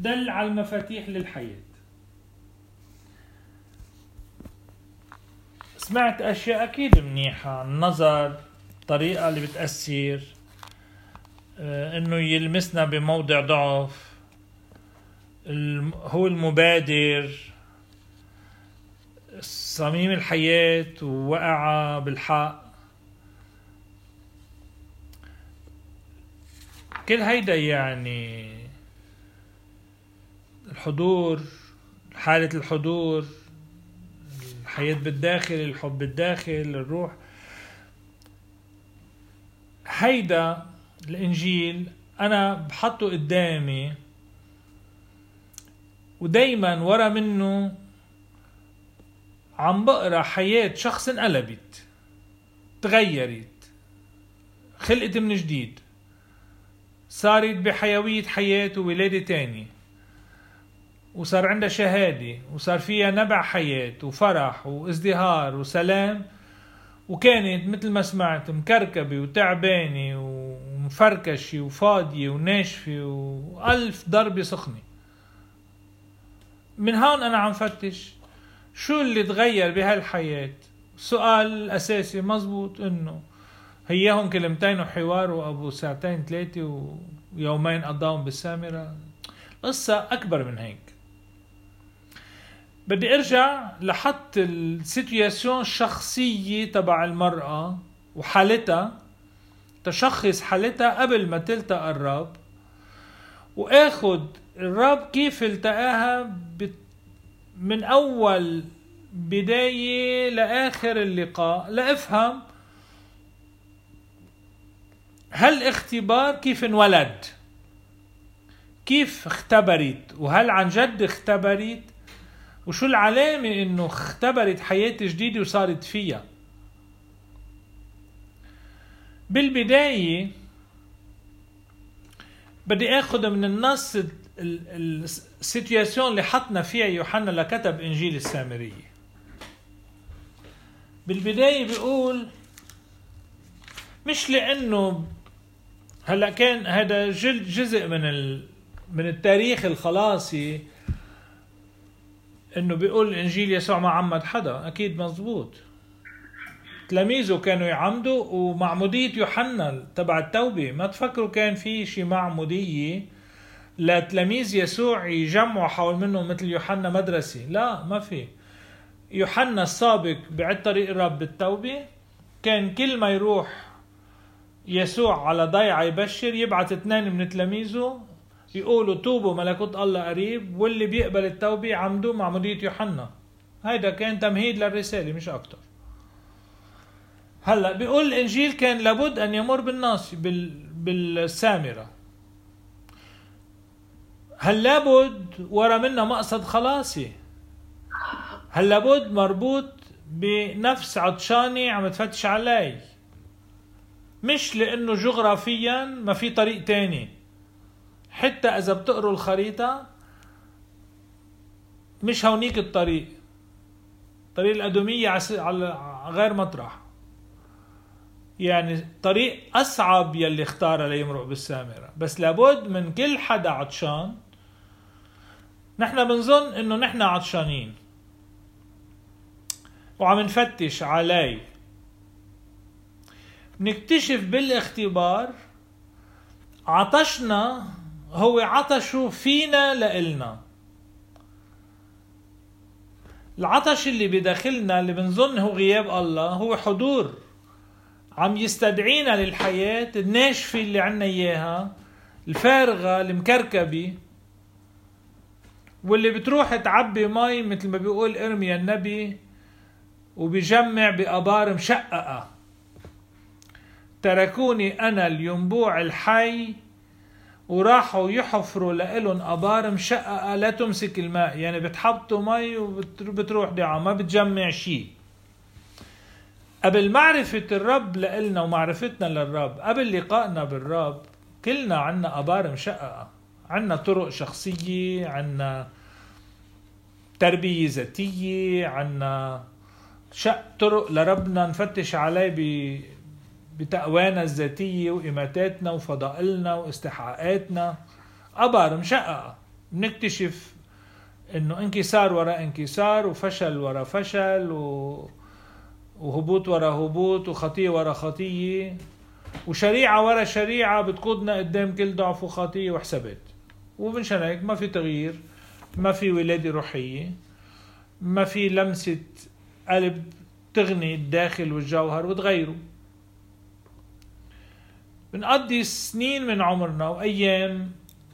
دل على المفاتيح للحياة. سمعت أشياء أكيد منيحة، النظر، الطريقة اللي بتأثر، إنه يلمسنا بموضع ضعف، هو المبادر، صميم الحياة ووقع بالحق. كل هيدا يعني الحضور، حالة الحضور، الحياة بالداخل، الحب بالداخل، الروح. هيدا الإنجيل أنا بحطه قدامي، ودايما ورا منه عم بقرأ حياة شخص انقلبت، تغيرت، خلقت من جديد، صارت بحيوية حياة وولادة تاني، وصار عندها شهادة، وصار فيها نبع حياة وفرح وازدهار وسلام، وكانت مثل ما سمعت مكركبة وتعبانة ومفركشة وفاضية وناشفة وألف ضربة سخنة. من هون أنا عم فتش شو اللي تغير بهالحياة. السؤال الأساسي مزبوط إنه هيهم كلمتين وحوار وأبو ساعتين ثلاثة ويومين قضاهم بالسامرة. قصة أكبر من هيك. بدي ارجع لحط السيتوياسيون الشخصية تبع المرأة وحالتها، تشخص حالتها قبل ما تلتقى الرب، واخد الرب كيف التقاها من اول بداية لاخر اللقاء، لافهم هالاختبار كيف انولد، كيف اختبرت، وهل عن جد اختبرت، وشو العلامة انه اختبرت حياة جديدة وصارت فيها. بالبداية بدي اخذ من النص السيتوياسيون اللي حطنا فيها يوحنا لكتب انجيل السامرية. بالبداية بيقول، مش لانه هلا كان هذا جزء من التاريخ الخلاصي انه بيقول انجيل يسوع ما عمد حدا، اكيد مزبوط، تلاميذه كانوا يعمدوا، ومعمودية يوحنا تبع التوبة ما تفكروا كان في شي معمودية لتلاميذ يسوع يجمعوا حول منه مثل يوحنا مدرسة، لا ما في. يوحنا السابق بعد طريق الرب بالتوبة كان كل ما يروح يسوع على ضيعة يبشر يبعث 2 من تلاميذه يقولوا توبوا ملكوت الله قريب، واللي بيقبل التوبة عمدوا معمودية يوحنا. هيدا كان تمهيد للرسالة مش أكتر. هلا بيقول الإنجيل كان لابد أن يمر بالناس بالسامرة. هل لابد ورا منا مقصد خلاصي؟ هل لابد مربوط بنفس عطشاني عم تفتش علي؟ مش لأنه جغرافيا ما في طريق تاني. حتى إذا بتقروا الخريطة مش هونيك الطريق، طريق الأدومية على غير مطرح، يعني طريق أصعب يلي اختاره ليمرق بالسامرة. بس لابد من كل حدا عطشان. نحن بنظن إنه نحن عطشانين وعم نفتش علي، نكتشف بالاختبار عطشنا هو عطشه فينا لإلنا. العطش اللي بداخلنا اللي بنظن هو غياب الله هو حضور عم يستدعينا للحياة الناشفة اللي عنا إياها، الفارغة المكركبة، واللي بتروح تعبي مي مثل ما بيقول إرميا النبي وبيجمع بأبار مشققة. تركوني أنا الينبوع الحي وراحوا يحفروا لإلهم أبار مشققة لا تمسك الماء، يعني بتحبطوا مي وبتروح دعا ما بتجمع شيء. قبل معرفة الرب لإلنا ومعرفتنا للرب، قبل لقائنا بالرب، كلنا عنا أبار مشققة، عنا طرق شخصية، عنا تربية ذاتية، عنا طرق لربنا نفتش عليه بتقوانا الذاتية وإماتاتنا وفضائلنا واستحقاقاتنا. أبار مشققة بنكتشف انه انكسار وراء انكسار، وفشل وراء فشل، وهبوط وراء هبوط، وخطية وراء خطية، وشريعة وراء شريعة بتقودنا قدام كل ضعف وخطية وحسابات. ومنشان هيك ما في تغيير، ما في ولادة روحية، ما في لمسة قلب تغني الداخل والجوهر وتغيره. بنقضي سنين من عمرنا وأيام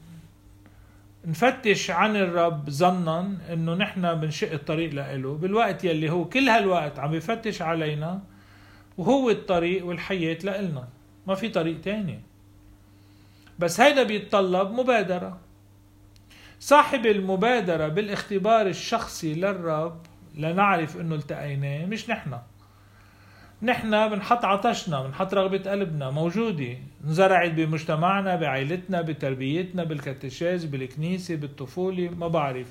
نفتش عن الرب ظنا انه نحن بنشق الطريق لإله، بالوقت يلي هو كل هالوقت عم بيفتش علينا، وهو الطريق والحياة لإلنا، ما في طريق تاني. بس هيدا بيتطلب مبادرة. صاحب المبادرة بالاختبار الشخصي للرب لنعرف انه التقيناه مش نحن بنحط عطشنا، بنحط رغبة قلبنا موجودة، انزرعت بمجتمعنا، بعائلتنا، بتربيتنا، بالكتشاز، بالكنيسة، بالطفولة، ما بعرف.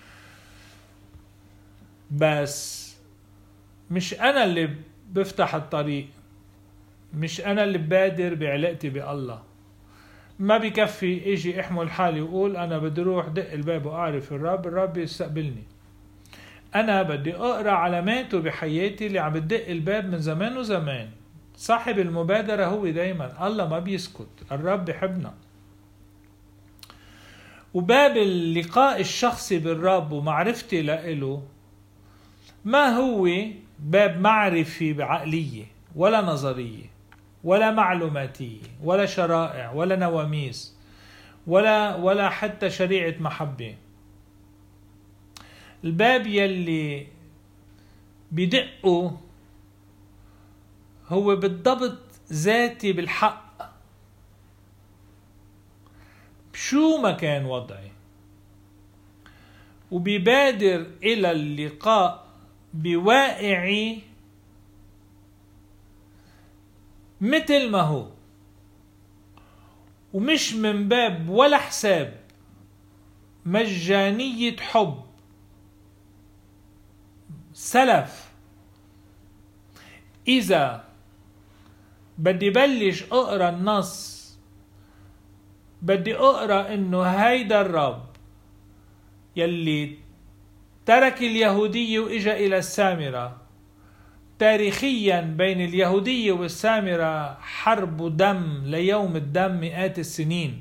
بس مش أنا اللي بفتح الطريق، مش أنا اللي ببادر بعلاقتي بالله. ما بكفي اجي احمل حالي وقول أنا بدي روح دق الباب وأعرف الرب يستقبلني. أنا بدي أقرأ علاماته بحياتي اللي عم بدق الباب من زمان وزمان. صاحب المبادرة هو دايما الله، ما بيسكت، الرب بحبنا. وباب اللقاء الشخصي بالرب ومعرفتي لإله ما هو باب معرفي بعقلية ولا نظرية ولا معلوماتية ولا شرائع ولا نواميس ولا حتى شريعة محبة. الباب يلي بدقه هو بالضبط ذاتي بالحق، شو ما كان وضعي، وبيبادر إلى اللقاء بواقعي مثل ما هو، ومش من باب ولا حساب مجانية حب سلف. إذا بدي بلش أقرأ النص بدي أقرأ إنه هيدا الرب يلي ترك اليهودية وإجا إلى السامرة. تاريخيا بين اليهودية والسامرة حرب ودم ليوم الدم مئات السنين،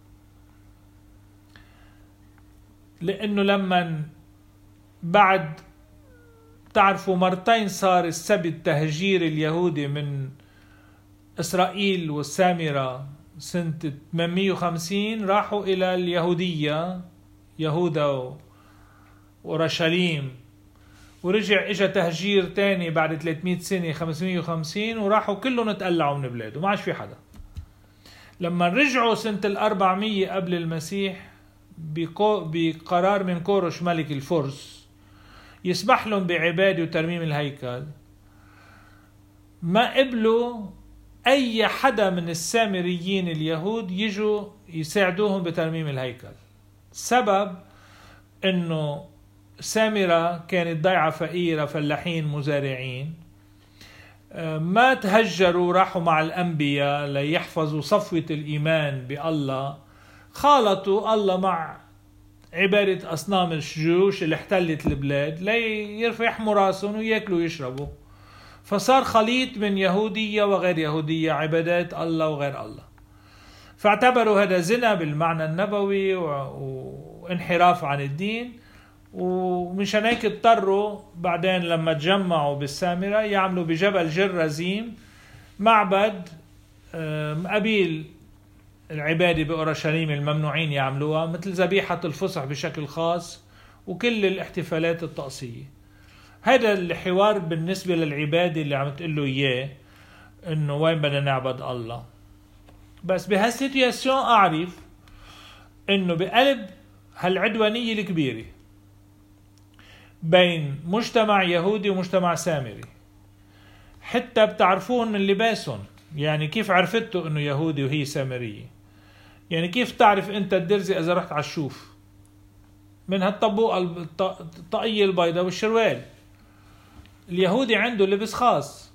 لأنه لما بعد تعرفوا مرتين صار السبي التهجير اليهودي من إسرائيل والسامرة سنة 850 راحوا إلى اليهودية، يهودا وأورشليم، ورجع إجا تهجير تاني بعد 300 سنة 550 وراحوا كلهم تقلعوا من بلاده، ما عاش في حدا. لما رجعوا سنة 400 قبل المسيح بقرار من كورش ملك الفرس يسمح لهم بعبادة وترميم الهيكل، ما قبلوا أي حدا من السامريين اليهود يجوا يساعدوهم بترميم الهيكل. سبب إنه سامرة كانت ضيعة فقيرة، فلاحين مزارعين، ما تهجروا راحوا مع الأنبياء ليحفظوا صفوة الإيمان بالله، خالطوا الله مع عبادة أصنام الجيوش اللي احتلت البلاد ليرفعوا راسهم ويأكلوا ويشربوا. فصار خليط من يهودية وغير يهودية، عبادات الله وغير الله. فاعتبروا هذا زنا بالمعنى النبوي وانحراف عن الدين، ومشان هيك اضطروا بعدين لما تجمعوا بالسامرة يعملوا بجبل جرزيم معبد قبيل العبادة بأورشليم الممنوعين يعملوها، مثل ذبيحة الفصح بشكل خاص وكل الاحتفالات الطقسية. هذا الحوار بالنسبة للعبادة اللي عم تقول له إياه إنه وين بدنا نعبد الله. بس بهالسيتياسيون أعرف إنه بقلب هالعدوانية الكبيرة بين مجتمع يهودي ومجتمع سامري، حتى بتعرفون من لباسهم. يعني كيف عرفتوا إنه يهودي وهي سامرية؟ يعني كيف تعرف أنت الدرزي إذا رحت على الشوف؟ من هالطبوقة الطاقية البيضاء والشروال. اليهودي عنده لبس خاص،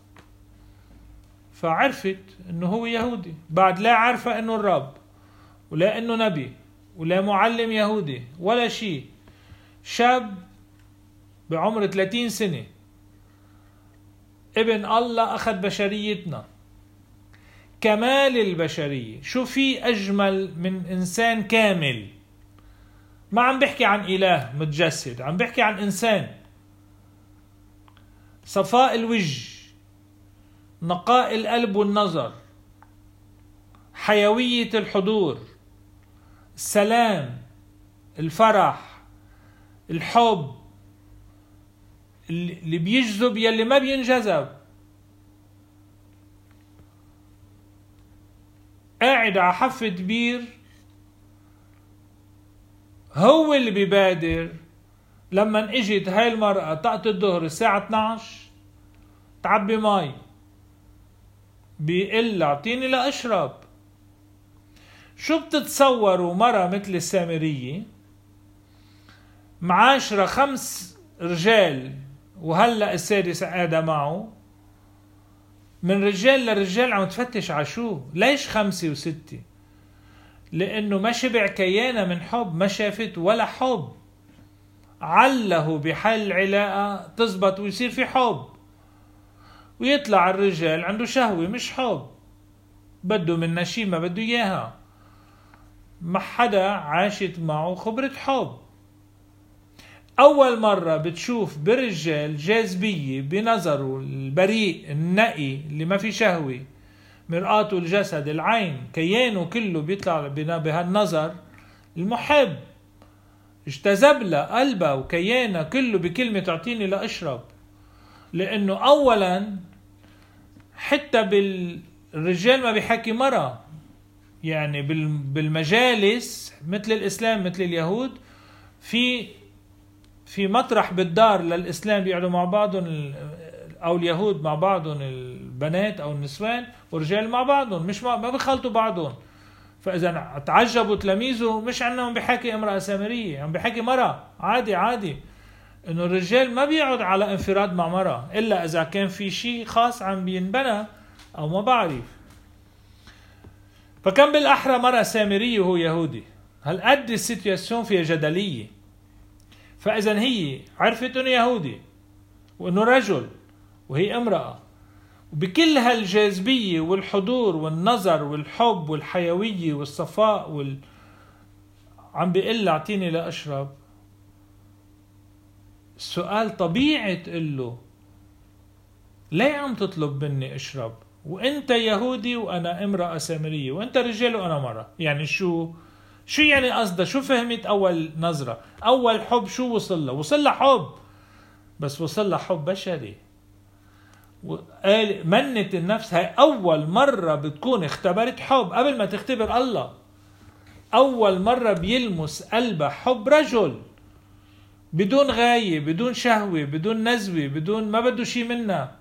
فعرفت انه هو يهودي بعد لا عارفة انه الرب ولا انه نبي ولا معلم يهودي ولا شيء، شاب بعمر 30 سنة، ابن الله أخذ بشريتنا، كمال البشرية. شو في أجمل من إنسان كامل؟ ما عم بحكي عن إله متجسد، عم بحكي عن إنسان، صفاء الوجه، نقاء القلب والنظر، حيوية الحضور، السلام، الفرح، الحب اللي بيجذب يلي ما بينجذب. قاعد على حافة بير، هو اللي بيبادر. لما اجت هاي المرأة طقت الظهر الساعة 12 تعبي مي، بيقول اعطيني لأشرب. شو بتتصوروا مرة مثل السامرية معاشرة 5 رجال وهلأ السادس قاعدة معه، من رجال لرجال عم تفتش عشو؟ ليش 5 و6؟ لأنه ما شبع كيانة من حب، ما شافت ولا حب. عله بحل علاقة تزبط ويصير في حب، ويطلع الرجال عنده شهوة مش حب، بده منها شي ما بده إياها، ما حدا عاشت معه خبرة حب. أول مرة بتشوف بالرجال جاذبية بنظره البريء النقي اللي ما في شهوة، مرآة الجسد، العين، كيانه كله بيطلع بهالنظر المحب، اجتذب لها قلبها وكيانها كله بكلمة تعطيني لأشرب. لأنه أولا حتى بالرجال ما بيحكي مرة، يعني بالمجالس مثل الإسلام مثل اليهود، في مطرح بالدار للإسلام بيقعدوا مع بعضهم، أو اليهود مع بعضهم البنات أو النسوان، والرجال مع بعضهم، مش ما بيخلطوا بعضهم. فإذا تعجبوا تلاميذه مش عنهم بحكي امرأة سامرية، عم بحكي مرة عادي عادي، إنه الرجال ما بيقعد على انفراد مع مرة إلا إذا كان في شيء خاص عم بينبنى أو ما بعرف. فكان بالأحرى مرة سامرية وهو يهودي. هالقد السيتواسيون فيها جدلية. فإذا هي عرفت إنه يهودي وإنه رجل وهي امرأة، وبكل هالجاذبية والحضور والنظر والحب والحيوية والصفاء عم بيقول اعطيني لأشرب. السؤال طبيعي تقول له ليه عم تطلب مني اشرب وانت يهودي وانا امرأة سامرية، وانت رجال وانا مرة؟ يعني شو يعني قصده؟ شو فهمت اول نظرة؟ اول حب شو وصل له؟ وصل له حب، بس وصل له حب بشري. وقال منت النفس. هاي اول مرة بتكون اختبرت حب قبل ما تختبر الله. اول مرة بيلمس قلبها حب رجل بدون غاية، بدون شهوة، بدون نزوة، بدون ما بده شي منها.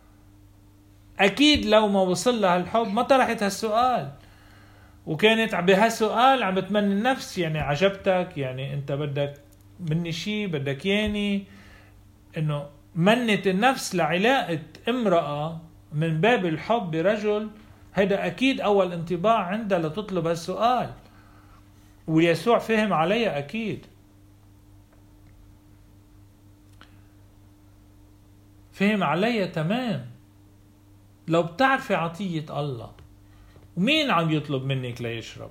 أكيد لو ما وصل لها الحب ما طرحت هالسؤال، وكانت بهالسؤال عم بتمنى النفس. يعني عجبتك، يعني أنت بدك مني شي، بدك ياني. إنه منت النفس لعلاقة امرأة من باب الحب برجل. هذا أكيد أول انطباع عندها لتطلب هالسؤال، ويسوع فهم عليها أكيد، فهم عليها تمام. لو بتعرفي عطية الله، ومين عم يطلب منك ليشرب؟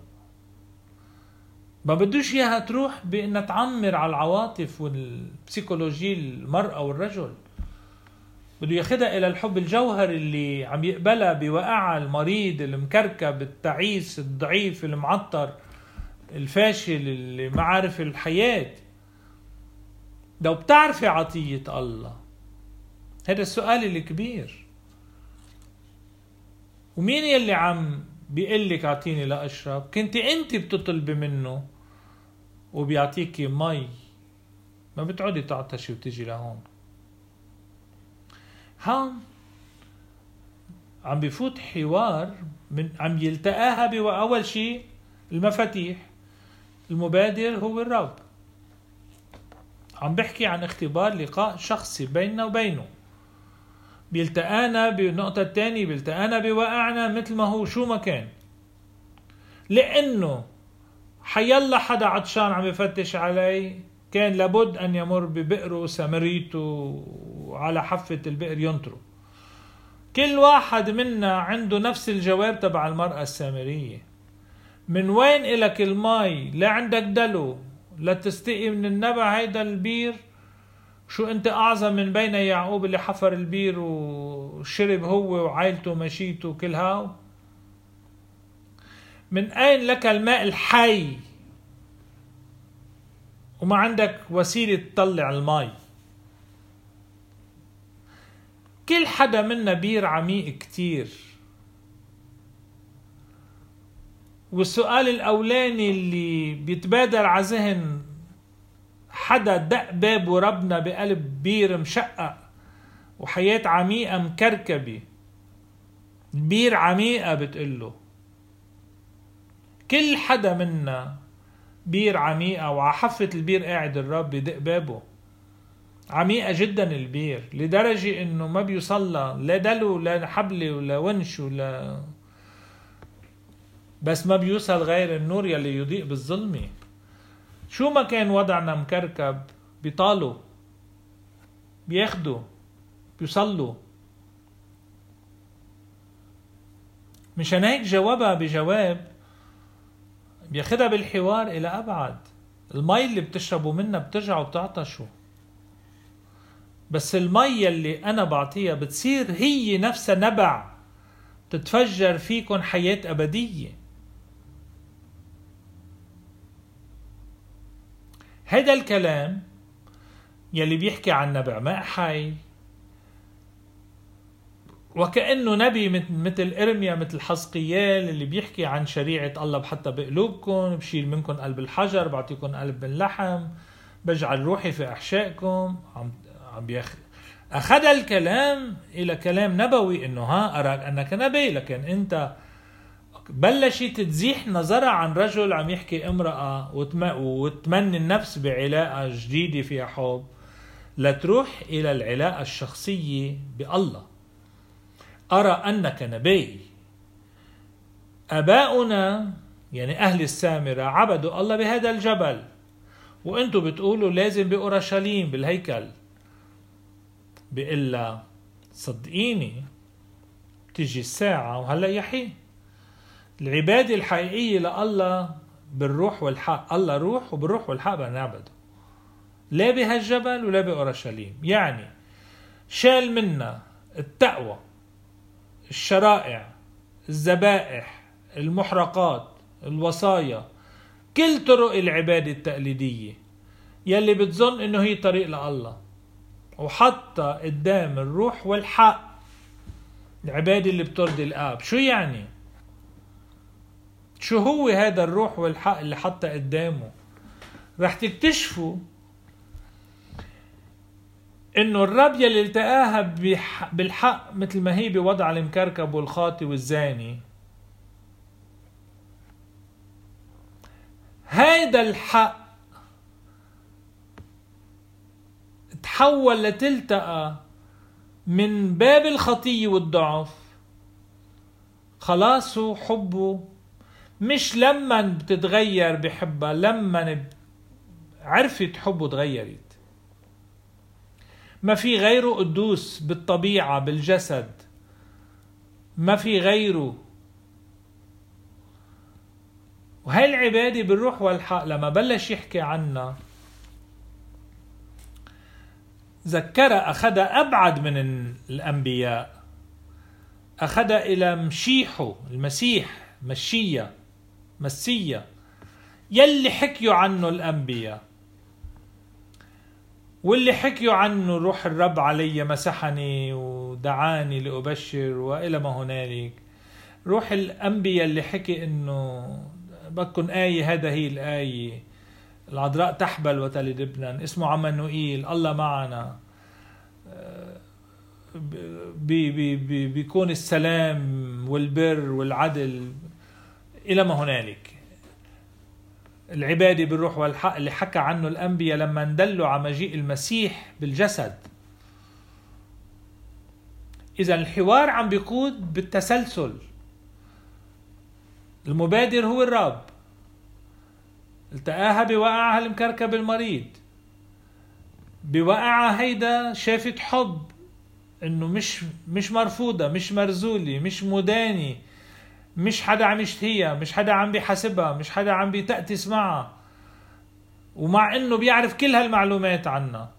ما بدوش اياها تروح بانها تعمر على العواطف والبسيكولوجي المرأة والرجل. بده ياخدها الى الحب الجوهري اللي عم يقبلها بوقعها المريض المكركب التعيس الضعيف المعطر الفاشل اللي ما عارف الحياة. لو بتعرفي عطية الله، هذا السؤال الكبير. ومين يلي عم بيقلك اعطيني لأشرب؟ كنت انت بتطلبي منه وبيعطيكي مي، ما بتعودي تعطشي وتجي لهون. هون عم بفوت حوار عم يلتقاها أول شيء المفاتيح. المبادر هو الرب. عم بحكي عن اختبار لقاء شخصي بيننا وبينه. بيلتقانا بنقطة الثانية، بيلتقانا بوقعنا مثل ما هو شو ما كان. لأنه حيلا حدا عطشان عم يفتش علي كان لابد أن يمر ببئره سامريته وعلى حافة البئر ينطره. كل واحد منا عنده نفس الجواب تبع المرأة السامرية. من وين إلك الماء؟ لا عندك دلو لا تستقي من النبع هيدا البير؟ شو أنت أعظم من بين يعقوب اللي حفر البير وشرب هو وعائلته ومشيته كل هاو؟ من أين لك الماء الحي وما عندك وسيلة تطلع الماء؟ كل حدا منا بير عميق كتير. والسؤال الأولاني اللي بيتبادر على ذهن حدا دق باب وربنا بقلب بير مشقق وحياة عميقة مكركبة، بير عميقة بتقله. كل حدا منا بير عميقة، وعلى حافة البير قاعد الرب بدق بابه. عميقة جدا البير لدرجة انه ما بيوصلها لا دلو لا حبل ولا ونش ولا، بس ما بيوصل غير النور يلي يضيء بالظلمة. شو ما كان وضعنا مكركب بيطالوا بياخدوا بيوصلوا. مشان هيك جوابها بجواب بياخدها بالحوار الى ابعد. المي اللي بتشربوا منها بترجعوا بتعطشوا، بس المي اللي انا بعطيها بتصير هي نفسها نبع تتفجر فيكن حياة ابدية. هذا الكلام يلي بيحكي عن نبع ماء حي، وكأنه نبي مثل إرميا مثل حزقيال اللي بيحكي عن شريعة الله بحطها بقلوبكم، بشيل منكم قلب الحجر بعطيكم قلب من لحم، بجعل روحي في أحشائكم. أخذ الكلام إلى كلام نبوي إنه ها أراك أنك نبي، لكن أنت بلشت تزيح نظرها عن رجل عم يحكي امرأة وتمني النفس بعلاقة جديدة فيها حب لتروح إلى العلاقة الشخصية بالله. أرى أنك نبي. أباؤنا يعني أهل السامرة عبدوا الله بهذا الجبل، وأنتوا بتقولوا لازم بأورشليم بالهيكل. بإلا صدقيني تيجي الساعة وهلأ يحين. العبادة الحقيقية لله بالروح والحق. الله روح وبالروح والحق بنعبده، لا بهالجبل ولا بأورشليم. يعني شال منا التقوى، الشرائع، الذبائح، المحرقات، الوصايا، كل طرق العبادة التقليدية يلي بتظن انه هي طريق لله، وحتى قدام الروح والحق العبادة اللي بترضي الآب. شو يعني؟ شو هو هذا الروح والحق اللي حتى قدامه؟ رح تكتشفوا انه الرب يلي التقاها بالحق مثل ما هي بوضع المكركب والخاطي والزاني، هيدا الحق تحول لتلتقى من باب الخطية والضعف. خلاصه حبه مش لما بتتغير بحبها، لما عرفت حبه تغيرت. ما في غيره قدوس بالطبيعة بالجسد، ما في غيره. وهي العبادة بالروح والحق لما بلش يحكي عنها ذكر أخذها أبعد من الأنبياء، أخذها إلى مشيحه المسيح، مسيا يلي حكيوا عنه الأنبياء، واللي حكيوا عنه روح الرب علي مسحني ودعاني لأبشر وإلى ما هنالك. روح الأنبياء اللي حكي إنه بكن آية، هذا هي الآية، العذراء تحبل وتلد ابنا اسمه عمانوئيل، الله معنا، بيكون السلام والبر والعدل إلى ما هنالك. العبادة بالروح والحق اللي حكى عنه الأنبياء لما اندلوا على مجيء المسيح بالجسد. إذا الحوار عم بيقود بالتسلسل. المبادر هو الرب، التقاها بوقعها المكركب المريض، بوقعها هيدا شافت حب، انه مش مرفوضة، مش مرزولة، مش مداني، مش حدا عم يشتهيها، مش حدا عم بيحاسبها، مش حدا عم بيتأتس معها، ومع انه بيعرف كل هالمعلومات عنها.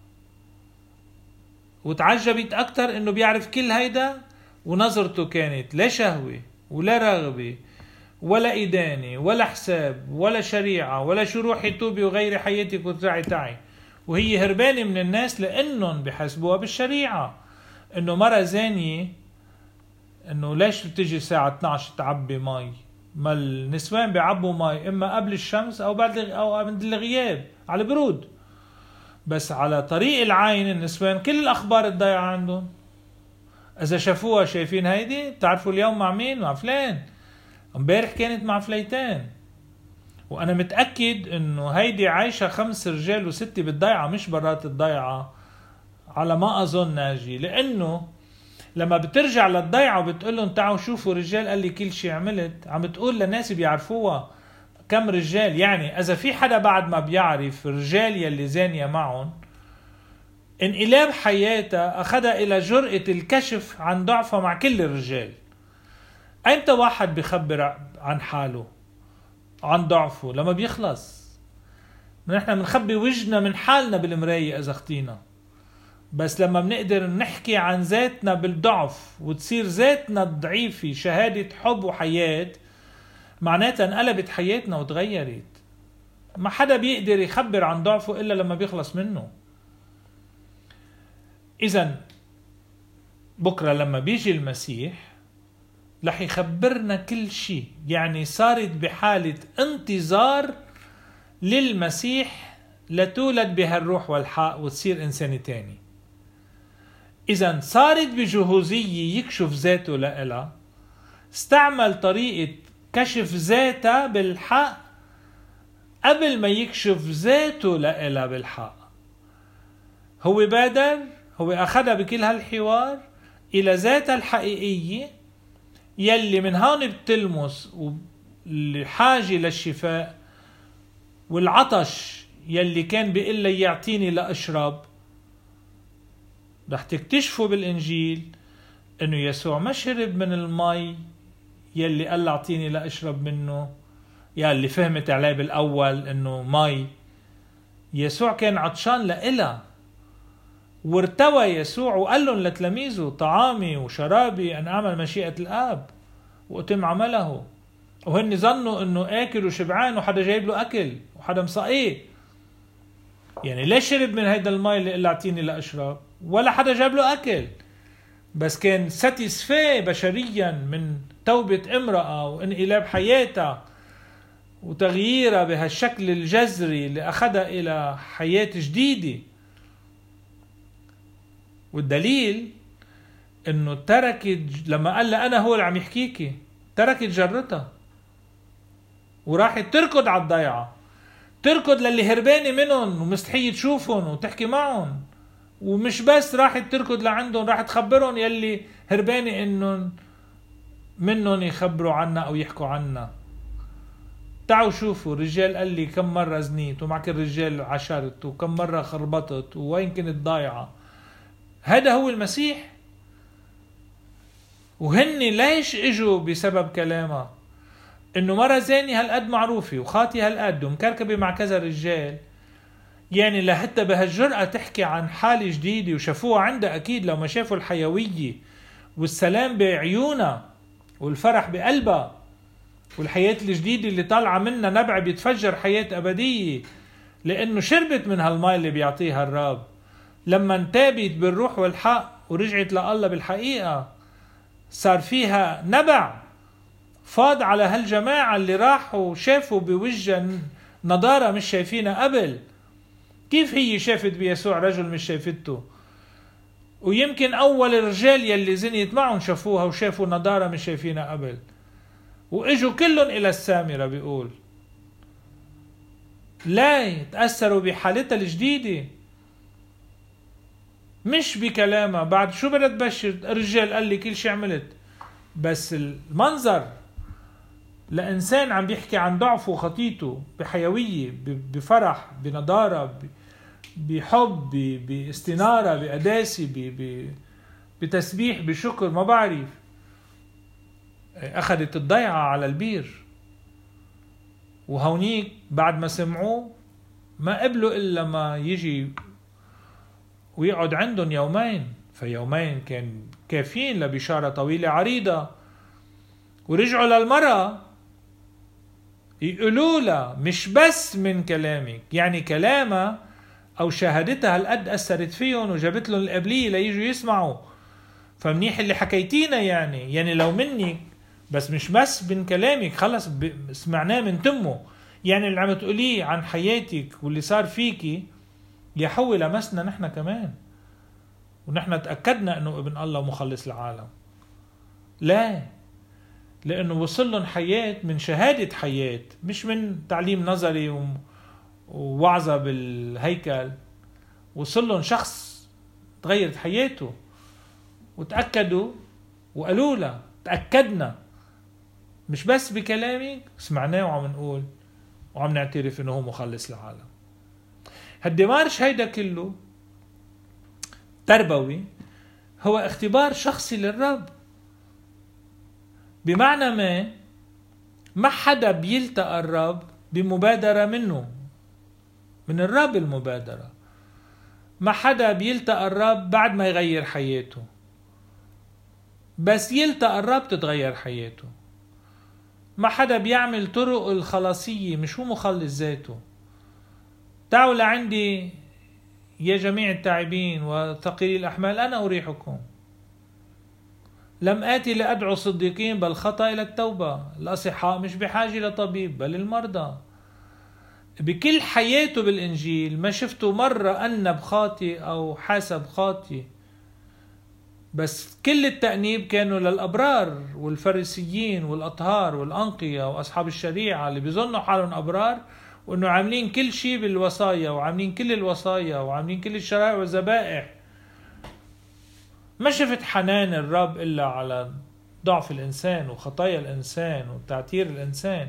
وتعجبت اكتر انه بيعرف كل هيدا، ونظرته كانت لا شهوة ولا رغبة ولا إدانة ولا حساب ولا شريعة ولا شو روحي توبي وغيري حياتك وترعي تعي. وهي هربانة من الناس لأنهم بحسبوها بالشريعة انه مرة زانية، انه ليش بتجي الساعة 12 تعبي مي؟ ما النسوان بيعبوا مي اما قبل الشمس او بعد او عند الغياب على برود. بس على طريق العين النسوان كل الاخبار الضيعة عندهم. اذا شافوها شايفين هيدي، بتعرفوا اليوم مع مين؟ مع فلان، امبارح كانت مع فليتان. وانا متأكد انه هيدي عايشة 5 رجال و6 بالضيعة، مش برات الضيعة على ما اظن ناجي. لانه لما بترجع للضيعة وبتقول لهم تعالوا شوفوا رجال قال لي كل شيء عملت، عم بتقول للناس بيعرفوها كم رجال. يعني اذا في حدا بعد ما بيعرف رجال يلي زانية معهم، انقلاب حياتها اخذها الى جرأة الكشف عن ضعفها مع كل الرجال. ايمتى واحد بيخبر عن حاله عن ضعفه؟ لما بيخلص. نحن بنخبي وجهنا من حالنا بالمراية اذا اختينا، بس لما بنقدر نحكي عن ذاتنا بالضعف وتصير ذاتنا الضعيفة شهادة حب وحياة، معناتها انقلبت حياتنا وتغيرت. ما حدا بيقدر يخبر عن ضعفه إلا لما بيخلص منه. إذن بكرة لما بيجي المسيح رح يخبرنا كل شيء. يعني صارت بحالة انتظار للمسيح لتولد بها الروح والحق وتصير إنسان تاني. إذن صارت بجهوزية يكشف ذاته لإلها، استعمل طريقة كشف ذاته بالحق قبل ما يكشف ذاته لإلها بالحق. هو بادر، هو أخذها بكل هالحوار إلى ذاتها الحقيقية يلي من هون بتلمس الحاجة للشفاء والعطش يلي كان بيقول لي يعطيني لأشرب. رح تكتشفوا بالإنجيل إنه يسوع ما شرب من المي يلي قال اعطيني لأشرب منه، يا اللي فهمت عليه بالأول إنه مي. يسوع كان عطشان لإلها، وارتوى يسوع وقال لهم لتلاميذه طعامي وشرابي أن أعمل مشيئة الآب وأتم عمله. وهن ظنوا إنه آكل وشبعان وحدا جايب له أكل وحدا مسقيه. يعني ليش شرب من هيدا المي اللي قال اعطيني لأشرب؟ ولا حدا جاب له أكل، بس كان ساتيسفاي بشريا من توبة امرأة وانقلاب حياتها وتغييرها بهالشكل الجذري اللي أخذها إلى حياة جديدة. والدليل إنه تركت، لما قال لها أنا هو اللي عم يحكيكي، تركت جرتها وراحت تركض على الضيعة، تركض للي هربانة منهم ومستحية تشوفهم وتحكي معهم. ومش بس راحت تركض لعندهم، راحت تخبرهم يلي هربانة إنهم منهم يخبروا عنا أو يحكوا عنا. تعالوا شوفوا الرجال قال لي كم مرة زنيت ومعك الرجال عشرت وكم مرة خربطت ووين كنت ضايعة. هذا هو المسيح. وهن ليش اجوا بسبب كلامها؟ انه مرة زاني هالقد معروفة وخاطي هالقد ومكركبة مع كذا رجال، يعني لحتى بهالجرأة تحكي عن حالة جديدة. وشافوها عندها أكيد لو ما شافوا الحيوية والسلام بعيونها والفرح بقلبها والحياة الجديدة اللي طالعة منها نبع بيتفجر حياة أبدية، لأنه شربت من هالماء اللي بيعطيها الرب. لما انتابت بالروح والحق ورجعت لله بالحقيقة، صار فيها نبع فاض على هالجماعة اللي راحوا شافوا بوجه نضارة مش شايفينها قبل. كيف هي شافت بيسوع رجل مش شايفته؟ ويمكن أول الرجال يلي زنيت معهم شافوها وشافوا نضارة مش شايفينها قبل، وإجوا كلهم إلى السامرة. بيقول لا يتأثروا بحالتها الجديدة مش بكلامها. بعد شو بدها تبشر؟ الرجال قال لي كل شيء عملت، بس المنظر لإنسان عم بيحكي عن ضعفه وخطيته بحيوية، بفرح، بنضارة، بحب، باستنارة، بقداسة، بتسبيح، بشكر، ما بعرف. أخذت الضيعة على البير، وهونيك بعد ما سمعوه ما قبلوا إلا ما يجي ويقعد عندهم يومين، فيومين كان كافيين لبشارة طويلة عريضة. ورجعوا للمرأة يقولوا لها مش بس من كلامك، يعني كلامها أو شهادتها هالقد أثرت فيهم وجابت لهم القبلية ليجوا يسمعوا، فمنيح اللي حكيتينا يعني لو منك، بس مش بس من كلامك، خلص سمعناه من تمه. يعني اللي عم تقوليه عن حياتك واللي صار فيكي يا حوي لمسنا نحن كمان، ونحن تأكدنا أنه ابن الله مخلص العالم. لا، لأنه وصل لهم حياة من شهادة حياة، مش من تعليم نظري ووعظة بالهيكل. وصل لهم شخص تغيرت حياته، وتأكدوا وقالوا له تأكدنا مش بس بكلامك، سمعناه وعم نقول وعم نعترف انه هو مخلص العالم. هالدمارش هيدا كله تربوي هو اختبار شخصي للرب، بمعنى ما حدا بيلتقى الرب بمبادرة منه، من الرب المبادرة. ما حدا بيلتقى الرب بعد ما يغير حياته، بس يلتقى الرب تتغير حياته. ما حدا بيعمل طرق الخلاصية، مش هو مخلص ذاته. تعالوا لعندي يا جميع التاعبين وثقيلي الأحمال أنا أريحكم. لم آتي لأدعو الصديقين بل خطأ إلى التوبة. الأصحاء مش بحاجة لطبيب بل المرضى. بكل حياته بالإنجيل ما شفته مرة أنب خاطئ أو حاسب خاطئ، بس كل التأنيب كانوا للأبرار والفريسيين والأطهار والأنقية وأصحاب الشريعة اللي بيظنوا حالهم أبرار، وأنه عاملين كل شيء بالوصايا وعاملين كل الوصايا وعاملين كل الشرائع والذبائح. ما شفت حنان الرب إلا على ضعف الإنسان وخطايا الإنسان وتعتير الإنسان.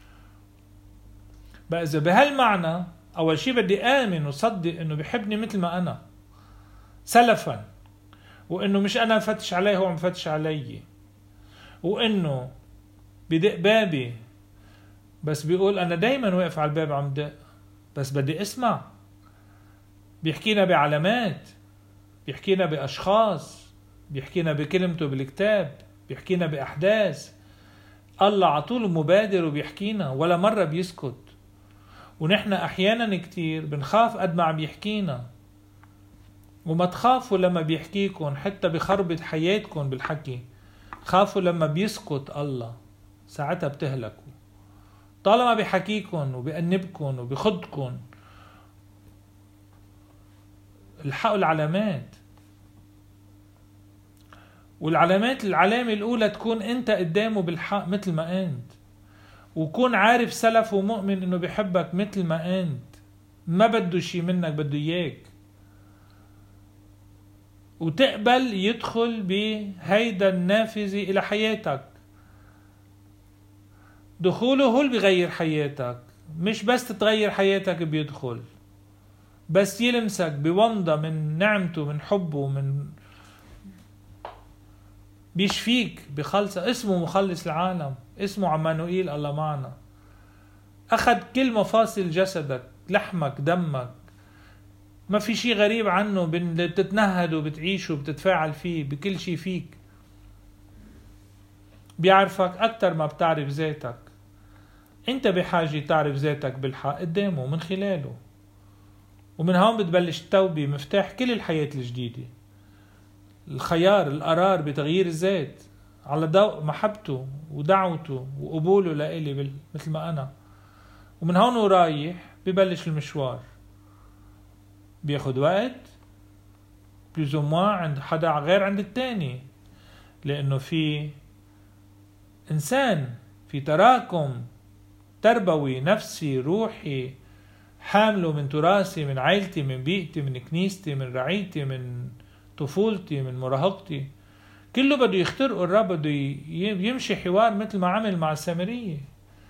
بقى إذا بهالمعنى أول شيء بدي آمن وصدق أنه بيحبني مثل ما أنا سلفا، وأنه مش أنا فتش عليه هو عم فتش علي، وأنه بدق بابي بس بيقول أنا دايما واقف على الباب عم دق، بس بدي أسمع. بيحكينا بعلامات، بيحكينا بأشخاص، بيحكينا بكلمته بالكتاب، بيحكينا بأحداث. الله عطوله مبادر وبيحكينا، ولا مرة بيسكت. ونحن أحيانا كتير بنخاف قد ما عم يحكينا. وما تخافوا لما بيحكيكم حتى بخربط حياتكم بالحكي، خافوا لما بيسكت الله، ساعتها بتهلكوا. طالما بيحكيكم وبيأنبكم وبيخدكم، الحقوا العلامات. والعلامات، العلامة الأولى تكون أنت قدامه بالحق مثل ما أنت، وكون عارف سلف ومؤمن أنه بيحبك مثل ما أنت، ما بده شي منك، بده إياك. وتقبل يدخل بهيدا النافذة إلى حياتك. دخوله هو اللي بيغير حياتك، مش بس تتغير حياتك بيدخل، بس يلمسك بومضة من نعمته، من حبه، من بيشفيك بخلص. اسمه مخلص العالم، اسمه عمانوئيل الله معنا. أخذ كل مفاصل جسدك، لحمك، دمك، ما في شيء غريب عنه، بتتنهد وبتعيش وبتتفاعل فيه بكل شيء فيك. بيعرفك أكتر ما بتعرف ذاتك. أنت بحاجة تعرف ذاتك بالحق قدامه من خلاله. ومن هون بتبلش التوبة، مفتاح كل الحياة الجديدة. الخيار، القرار بتغيير الذات على ضوء محبته ودعوته وقبوله لإلي مثل ما أنا. ومن هون ورايح ببلش المشوار. بياخد وقت بيزوموا عند حدا غير عند التاني، لأنه في إنسان، في تراكم تربوي نفسي روحي حامله من تراثي، من عائلتي، من بيئتي، من كنيستي، من رعيتي، من طفولتي، من مراهقتي. كله بده يخترقوا الرب، بده يمشي حوار مثل ما عمل مع السامرية.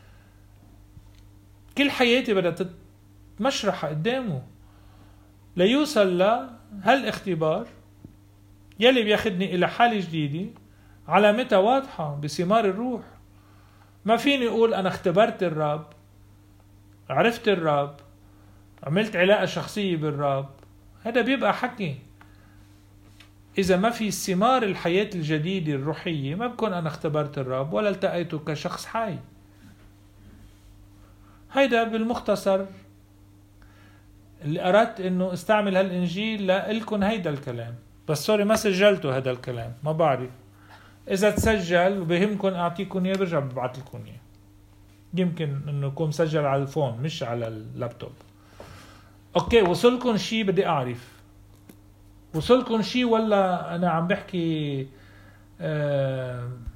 كل حياتي بدها تمشرحها قدامه ليوصل لهالاختبار يلي بياخدني إلى حالة جديدة علامتها واضحة بثمار الروح. ما فيني أقول أنا اختبرت الرب، عرفت الرب، عملت علاقة شخصية بالرب، هذا بيبقى حكي. إذا ما في ثمار الحياة الجديدة الروحية ما بكون أنا اختبرت الرب ولا التقيته كشخص حي. هيدا بالمختصر اللي أردت إنه استعمل هالإنجيل لإلكن هيدا الكلام. بس سوري ما سجلته هذا الكلام، ما بعرف إذا تسجل وبهمكن أعطيكم إياه برجع ببعث لكم إياه. يمكن إنه يكون مسجل على الفون مش على اللابتوب. أوكي، وصلكم شي بدي أعرف، وصلكم شي ولا أنا عم بحكي